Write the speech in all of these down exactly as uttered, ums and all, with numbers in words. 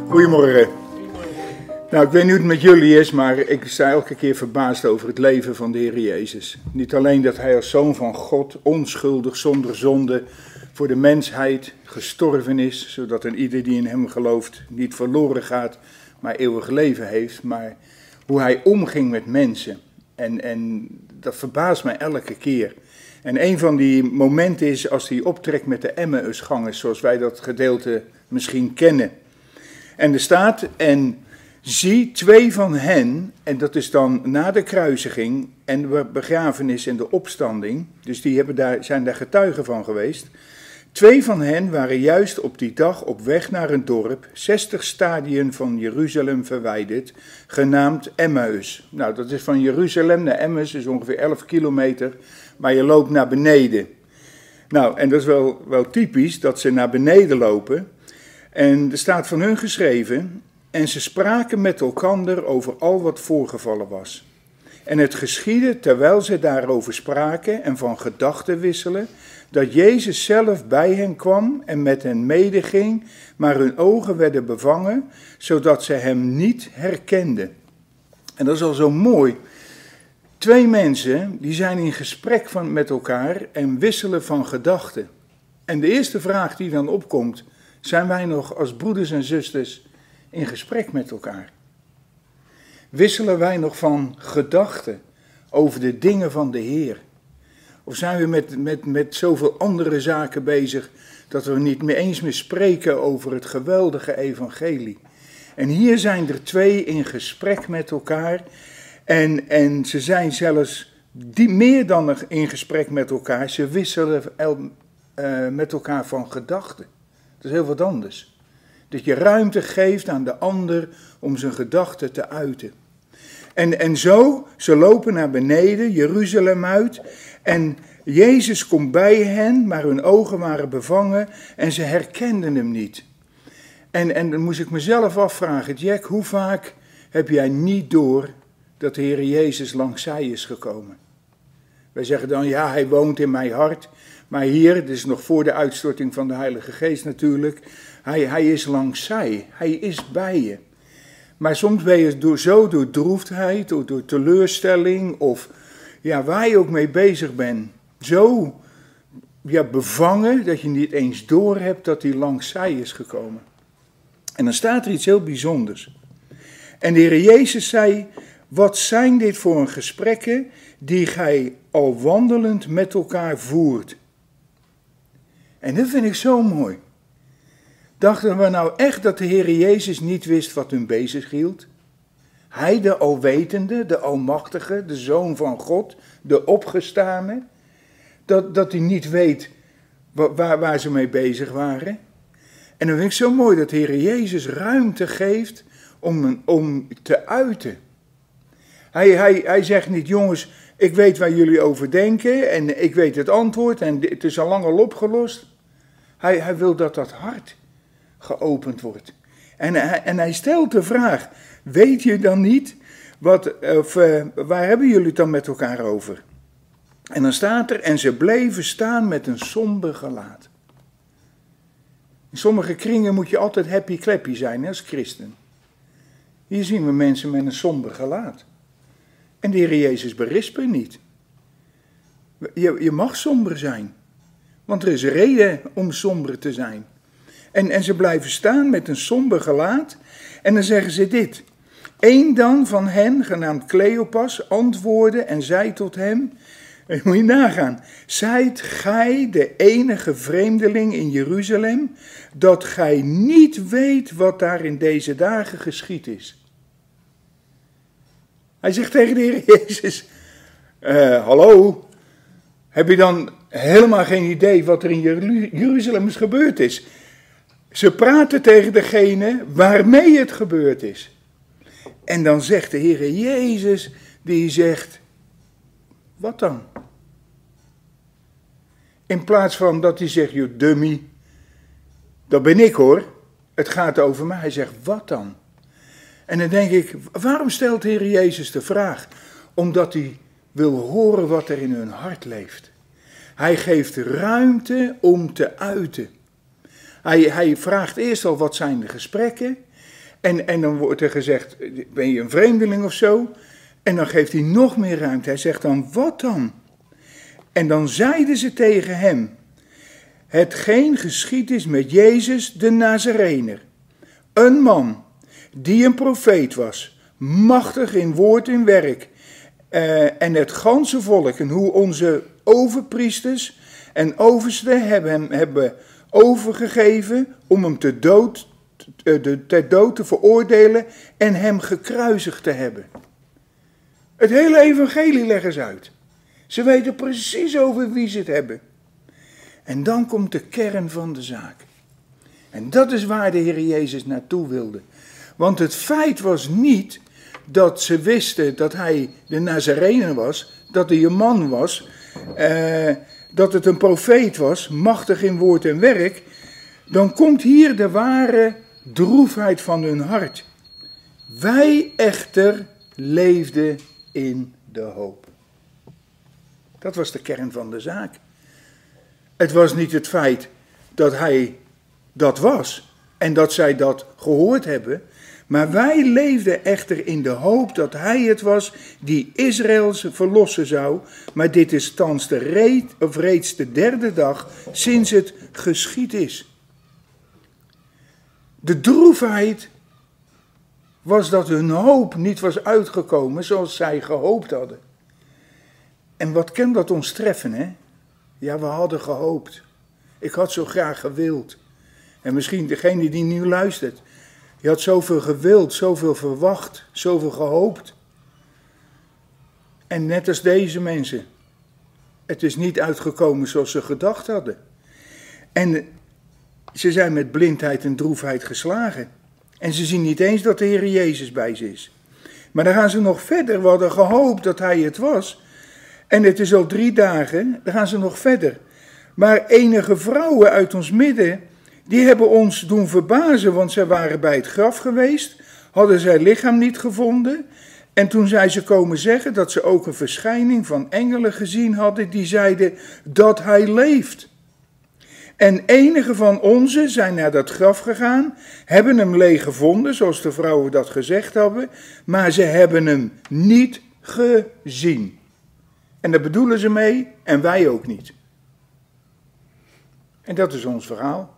Goedemorgen. Nou, ik weet niet hoe het met jullie is, maar ik sta elke keer verbaasd over het leven van de Heer Jezus. Niet alleen dat hij als zoon van God, onschuldig, zonder zonde, voor de mensheid gestorven is, zodat een ieder die in hem gelooft niet verloren gaat, maar eeuwig leven heeft, maar hoe hij omging met mensen. En, en dat verbaast mij elke keer. En een van die momenten is als hij optrekt met de Emmausgangers, zoals wij dat gedeelte misschien kennen. En er staat, en zie twee van hen, en dat is dan na de kruisiging en de begrafenis en de opstanding, dus die hebben daar, zijn daar getuigen van geweest. Twee van hen waren juist op die dag op weg naar een dorp, zestig stadien van Jeruzalem verwijderd, genaamd Emmaus. Nou, dat is van Jeruzalem naar Emmaus, is ongeveer elf kilometer, maar je loopt naar beneden. Nou, en dat is wel, wel typisch, dat ze naar beneden lopen. En er staat van hun geschreven, en ze spraken met elkander over al wat voorgevallen was. En het geschiedde, terwijl ze daarover spraken en van gedachten wisselen, dat Jezus zelf bij hen kwam en met hen medeging, maar hun ogen werden bevangen, zodat ze hem niet herkenden. En dat is al zo mooi. Twee mensen, die zijn in gesprek van, met elkaar en wisselen van gedachten. En de eerste vraag die dan opkomt, zijn wij nog als broeders en zusters in gesprek met elkaar? Wisselen wij nog van gedachten over de dingen van de Heer? Of zijn we met, met, met zoveel andere zaken bezig dat we niet meer eens meer spreken over het geweldige evangelie? En hier zijn er twee in gesprek met elkaar en, en ze zijn zelfs die, meer dan in gesprek met elkaar, ze wisselen el, uh, met elkaar van gedachten. Dat is heel wat anders. Dat je ruimte geeft aan de ander om zijn gedachten te uiten. En, en zo, ze lopen naar beneden, Jeruzalem uit. En Jezus komt bij hen, maar hun ogen waren bevangen en ze herkenden hem niet. En, en dan moest ik mezelf afvragen, Jack, hoe vaak heb jij niet door dat de Heer Jezus langs zij is gekomen? Wij zeggen dan, ja, hij woont in mijn hart. Maar hier, dit is nog voor de uitstorting van de Heilige Geest natuurlijk, hij, hij is langs zij, hij is bij je. Maar soms ben je door, zo door droefheid, door, door teleurstelling of ja, waar je ook mee bezig bent, zo ja, bevangen dat je niet eens doorhebt dat hij langs zij is gekomen. En dan staat er iets heel bijzonders. En de Heer Jezus zei, wat zijn dit voor een gesprekken die gij al wandelend met elkaar voert? En dat vind ik zo mooi. Dachten we nou echt dat de Heer Jezus niet wist wat hun bezig hield? Hij, de alwetende, de almachtige, de Zoon van God, de opgestane. Dat, dat hij niet weet waar, waar ze mee bezig waren. En dan vind ik zo mooi dat de Heer Jezus ruimte geeft om, om te uiten. Hij, hij, hij zegt niet, jongens, ik weet waar jullie over denken en ik weet het antwoord en het is al lang al opgelost. Hij, hij wil dat dat hart geopend wordt. En, en hij stelt de vraag, weet je dan niet, wat, of, uh, waar hebben jullie het dan met elkaar over? En dan staat er, en ze bleven staan met een somber gelaat. In sommige kringen moet je altijd happy-clappy zijn hè, als christen. Hier zien we mensen met een somber gelaat. En de Heer Jezus berispt niet. Je, je mag somber zijn. Want er is reden om somber te zijn. En, en ze blijven staan met een somber gelaat. En dan zeggen ze dit. Eén dan van hen, genaamd Cleopas, antwoordde en zei tot hem. En moet je nagaan. Zijt gij de enige vreemdeling in Jeruzalem, dat gij niet weet wat daar in deze dagen geschied is? Hij zegt tegen de Heer Jezus, uh, hallo, heb je dan helemaal geen idee wat er in Jeruzalem gebeurd is? Ze praten tegen degene waarmee het gebeurd is. En dan zegt de Heer Jezus, die zegt, wat dan? In plaats van dat hij zegt, joh, dummy, dat ben ik hoor, het gaat over mij. Hij zegt, wat dan? En dan denk ik, waarom stelt de Heer Jezus de vraag? Omdat hij wil horen wat er in hun hart leeft. Hij geeft ruimte om te uiten. Hij, hij vraagt eerst al, wat zijn de gesprekken? En, en dan wordt er gezegd, ben je een vreemdeling of zo? En dan geeft hij nog meer ruimte. Hij zegt dan, wat dan? En dan zeiden ze tegen hem, hetgeen geschied is met Jezus de Nazarener. Een man die een profeet was, machtig in woord en werk. Uh, en het ganse volk en hoe onze overpriesters en oversten hebben hem hebben overgegeven om hem te dood, de, ter dood te veroordelen en hem gekruisigd te hebben. Het hele evangelie leggen ze uit. Ze weten precies over wie ze het hebben. En dan komt de kern van de zaak. En dat is waar de Heer Jezus naartoe wilde. Want het feit was niet dat ze wisten dat hij de Nazarener was, dat hij een man was, eh, dat het een profeet was, machtig in woord en werk. Dan komt hier de ware droefheid van hun hart. Wij echter leefden in de hoop. Dat was de kern van de zaak. Het was niet het feit dat hij dat was en dat zij dat gehoord hebben, maar wij leefden echter in de hoop dat hij het was die Israël verlossen zou. Maar dit is thans de reed, of reeds de derde dag sinds het geschied is. De droefheid was dat hun hoop niet was uitgekomen zoals zij gehoopt hadden. En wat kan dat ons treffen, hè? Ja, we hadden gehoopt. Ik had zo graag gewild. En misschien degene die nu luistert. Je had zoveel gewild, zoveel verwacht, zoveel gehoopt. En net als deze mensen. Het is niet uitgekomen zoals ze gedacht hadden. En ze zijn met blindheid en droefheid geslagen. En ze zien niet eens dat de Heer Jezus bij ze is. Maar dan gaan ze nog verder. We hadden gehoopt dat hij het was. En het is al drie dagen. Dan gaan ze nog verder. Maar enige vrouwen uit ons midden, die hebben ons doen verbazen, want zij waren bij het graf geweest, hadden zij lichaam niet gevonden. En toen zij ze komen zeggen dat ze ook een verschijning van engelen gezien hadden, die zeiden dat hij leeft. En enige van onze zijn naar dat graf gegaan, hebben hem leeg gevonden, zoals de vrouwen dat gezegd hebben, maar ze hebben hem niet gezien. En daar bedoelen ze mee, en wij ook niet. En dat is ons verhaal.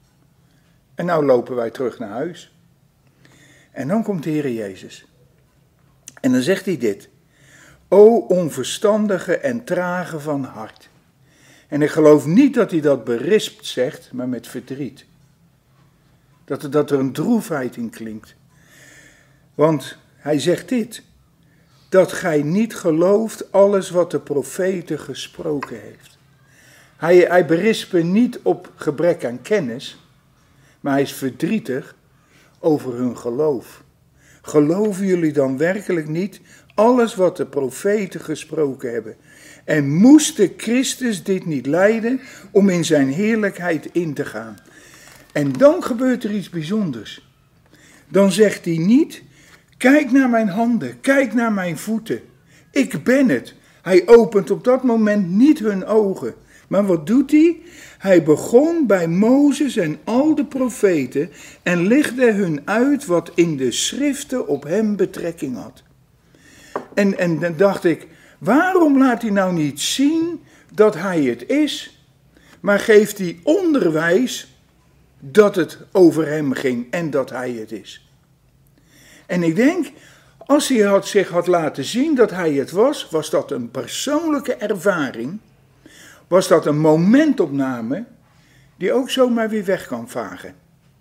En nou lopen wij terug naar huis. En dan komt de Heer Jezus. En dan zegt hij dit. O onverstandige en trage van hart. En ik geloof niet dat hij dat berispt zegt, maar met verdriet. Dat er, dat er een droefheid in klinkt. Want hij zegt dit. Dat gij niet gelooft alles wat de profeten gesproken heeft. Hij, hij berispt niet op gebrek aan kennis. Maar hij is verdrietig over hun geloof. Geloven jullie dan werkelijk niet alles wat de profeten gesproken hebben? En moest de Christus dit niet lijden om in zijn heerlijkheid in te gaan? En dan gebeurt er iets bijzonders. Dan zegt hij niet, kijk naar mijn handen, kijk naar mijn voeten. Ik ben het. Hij opent op dat moment niet hun ogen. Maar wat doet hij? Hij begon bij Mozes en al de profeten en legde hun uit wat in de schriften op hem betrekking had. En, en dan dacht ik, waarom laat hij nou niet zien dat hij het is, maar geeft hij onderwijs dat het over hem ging en dat hij het is? En ik denk, als hij had zich had laten zien dat hij het was, was dat een persoonlijke ervaring. Was dat een momentopname die ook zomaar weer weg kan vagen.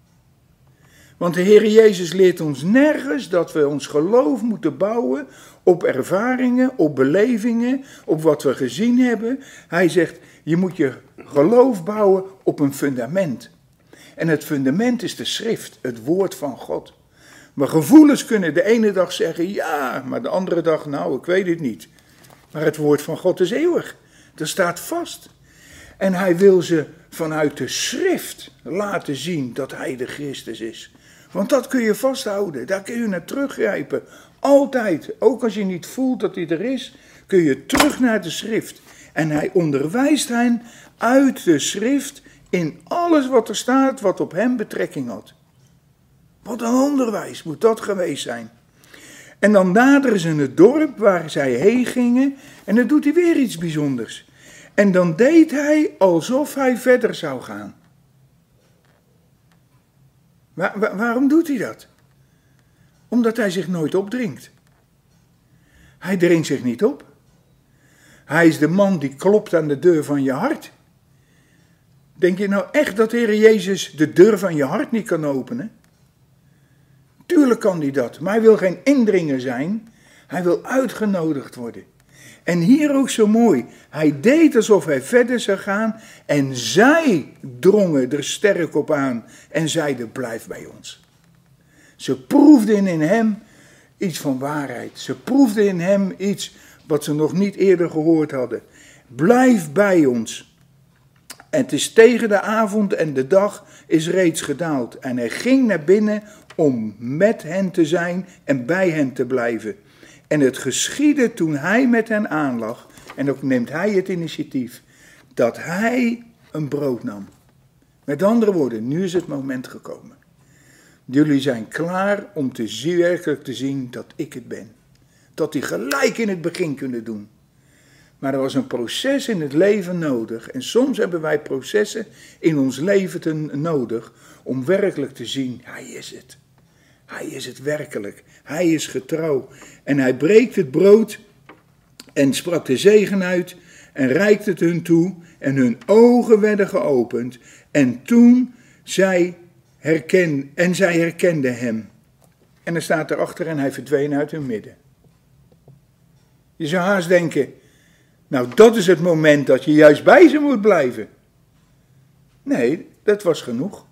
Want de Heer Jezus leert ons nergens dat we ons geloof moeten bouwen op ervaringen, op belevingen, op wat we gezien hebben. Hij zegt, je moet je geloof bouwen op een fundament. En het fundament is de schrift, het woord van God. Maar gevoelens kunnen de ene dag zeggen, ja, maar de andere dag, nou, ik weet het niet. Maar het woord van God is eeuwig. Dat staat vast. En hij wil ze vanuit de schrift laten zien dat hij de Christus is. Want dat kun je vasthouden. Daar kun je naar teruggrijpen. Altijd. Ook als je niet voelt dat hij er is, kun je terug naar de schrift. En hij onderwijst hen uit de schrift in alles wat er staat wat op hem betrekking had. Wat een onderwijs moet dat geweest zijn. En dan naderen ze het dorp waar zij heen gingen en dan doet hij weer iets bijzonders. En dan deed hij alsof hij verder zou gaan. Waar, waar, waarom doet hij dat? Omdat hij zich nooit opdringt. Hij dringt zich niet op. Hij is de man die klopt aan de deur van je hart. Denk je nou echt dat de Heer Jezus de deur van je hart niet kan openen? Tuurlijk kan hij dat, maar hij wil geen indringer zijn. Hij wil uitgenodigd worden. En hier ook zo mooi. Hij deed alsof hij verder zou gaan en zij drongen er sterk op aan en zeiden blijf bij ons. Ze proefden in hem iets van waarheid. Ze proefden in hem iets wat ze nog niet eerder gehoord hadden. Blijf bij ons. En het is tegen de avond en de dag is reeds gedaald. En hij ging naar binnen om met hen te zijn en bij hen te blijven. En het geschiedde toen hij met hen aanlag, en ook neemt hij het initiatief, dat hij een brood nam. Met andere woorden, nu is het moment gekomen. Jullie zijn klaar om te zien, werkelijk te zien dat ik het ben. Dat die gelijk in het begin kunnen doen. Maar er was een proces in het leven nodig. En soms hebben wij processen in ons leven te nodig om werkelijk te zien, hij is het. Hij is het werkelijk. Hij is getrouw. En hij breekt het brood en sprak de zegen uit en reikte het hun toe. En hun ogen werden geopend. En toen zij herken, en zij herkenden hem. En er staat erachter en hij verdween uit hun midden. Je zou haast denken, nou dat is het moment dat je juist bij ze moet blijven. Nee, dat was genoeg.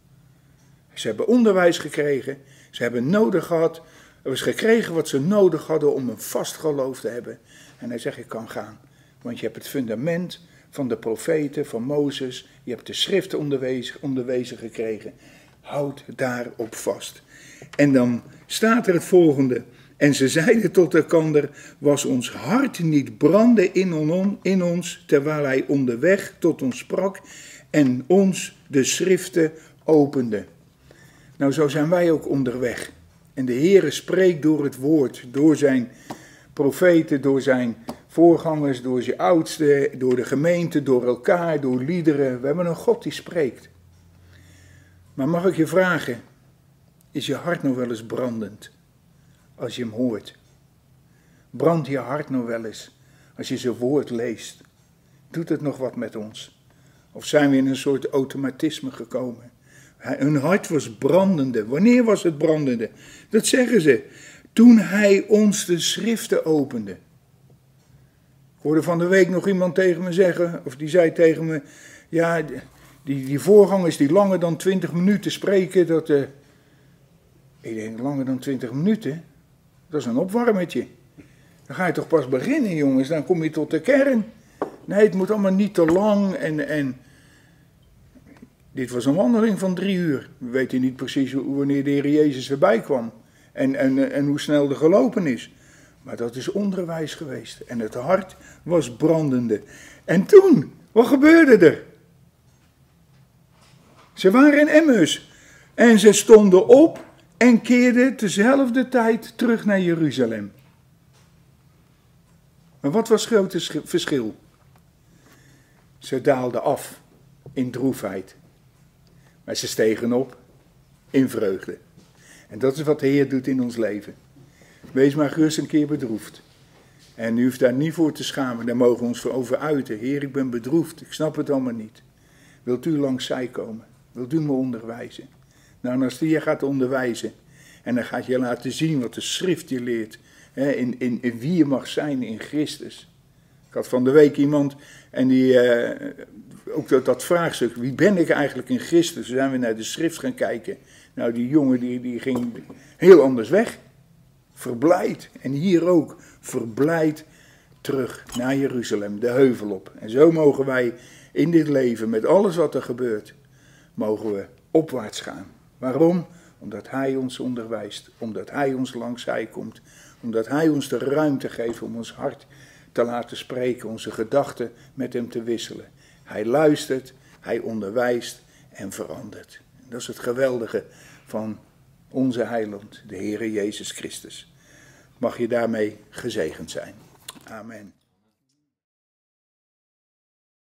Ze hebben onderwijs gekregen. Ze hebben nodig gehad, hebben ze gekregen wat ze nodig hadden om een vast geloof te hebben. En hij zegt, ik kan gaan. Want je hebt het fundament van de profeten, van Mozes. Je hebt de schriften onderwezen, onderwezen gekregen. Houd daarop vast. En dan staat er het volgende. En ze zeiden tot elkander, was ons hart niet branden in, on, in ons, terwijl hij onderweg tot ons sprak en ons de schriften opende. Nou, zo zijn wij ook onderweg. En de Heere spreekt door het woord, door zijn profeten, door zijn voorgangers, door zijn oudsten, door de gemeente, door elkaar, door liederen. We hebben een God die spreekt. Maar mag ik je vragen, is je hart nog wel eens brandend als je hem hoort? Brandt je hart nog wel eens als je zijn woord leest? Doet het nog wat met ons? Of zijn we in een soort automatisme gekomen? Hun hart was brandende. Wanneer was het brandende? Dat zeggen ze. Toen hij ons de schriften opende. Ik hoorde van de week nog iemand tegen me zeggen, of die zei tegen me, ja, die, die voorgangers die langer dan twintig minuten spreken, dat, uh, ik denk, langer dan twintig minuten? Dat is een opwarmertje. Dan ga je toch pas beginnen, jongens, dan kom je tot de kern. Nee, het moet allemaal niet te lang en... en dit was een wandeling van drie uur. We weten niet precies wanneer de Heer Jezus erbij kwam. En, en, en hoe snel er gelopen is. Maar dat is onderwijs geweest. En het hart was brandende. En toen, wat gebeurde er? Ze waren in Emmaus. En ze stonden op en keerden tezelfde tijd terug naar Jeruzalem. Maar wat was het grote verschil? Ze daalden af in droefheid. Maar ze stegen op in vreugde. En dat is wat de Heer doet in ons leven. Wees maar gerust een keer bedroefd. En u hoeft daar niet voor te schamen. Daar mogen we ons voor over uiten. Heer, ik ben bedroefd. Ik snap het allemaal niet. Wilt u langs zij komen? Wilt u me onderwijzen? Nou, en als die je gaat onderwijzen. En dan gaat je laten zien wat de schrift je leert. Hè, in, in, in wie je mag zijn in Christus. Ik had van de week iemand en die... Uh, Ook dat, dat vraagstuk, wie ben ik eigenlijk in Christus? Toen zijn we naar de schrift gaan kijken. Nou, die jongen die, die ging heel anders weg. Verblijd. En hier ook. Verblijd terug naar Jeruzalem, de heuvel op. En zo mogen wij in dit leven, met alles wat er gebeurt, mogen we opwaarts gaan. Waarom? Omdat hij ons onderwijst. Omdat hij ons langzij komt. Omdat hij ons de ruimte geeft om ons hart te laten spreken. Onze gedachten met hem te wisselen. Hij luistert, hij onderwijst en verandert. Dat is het geweldige van onze heiland, de Heere Jezus Christus. Mag je daarmee gezegend zijn. Amen.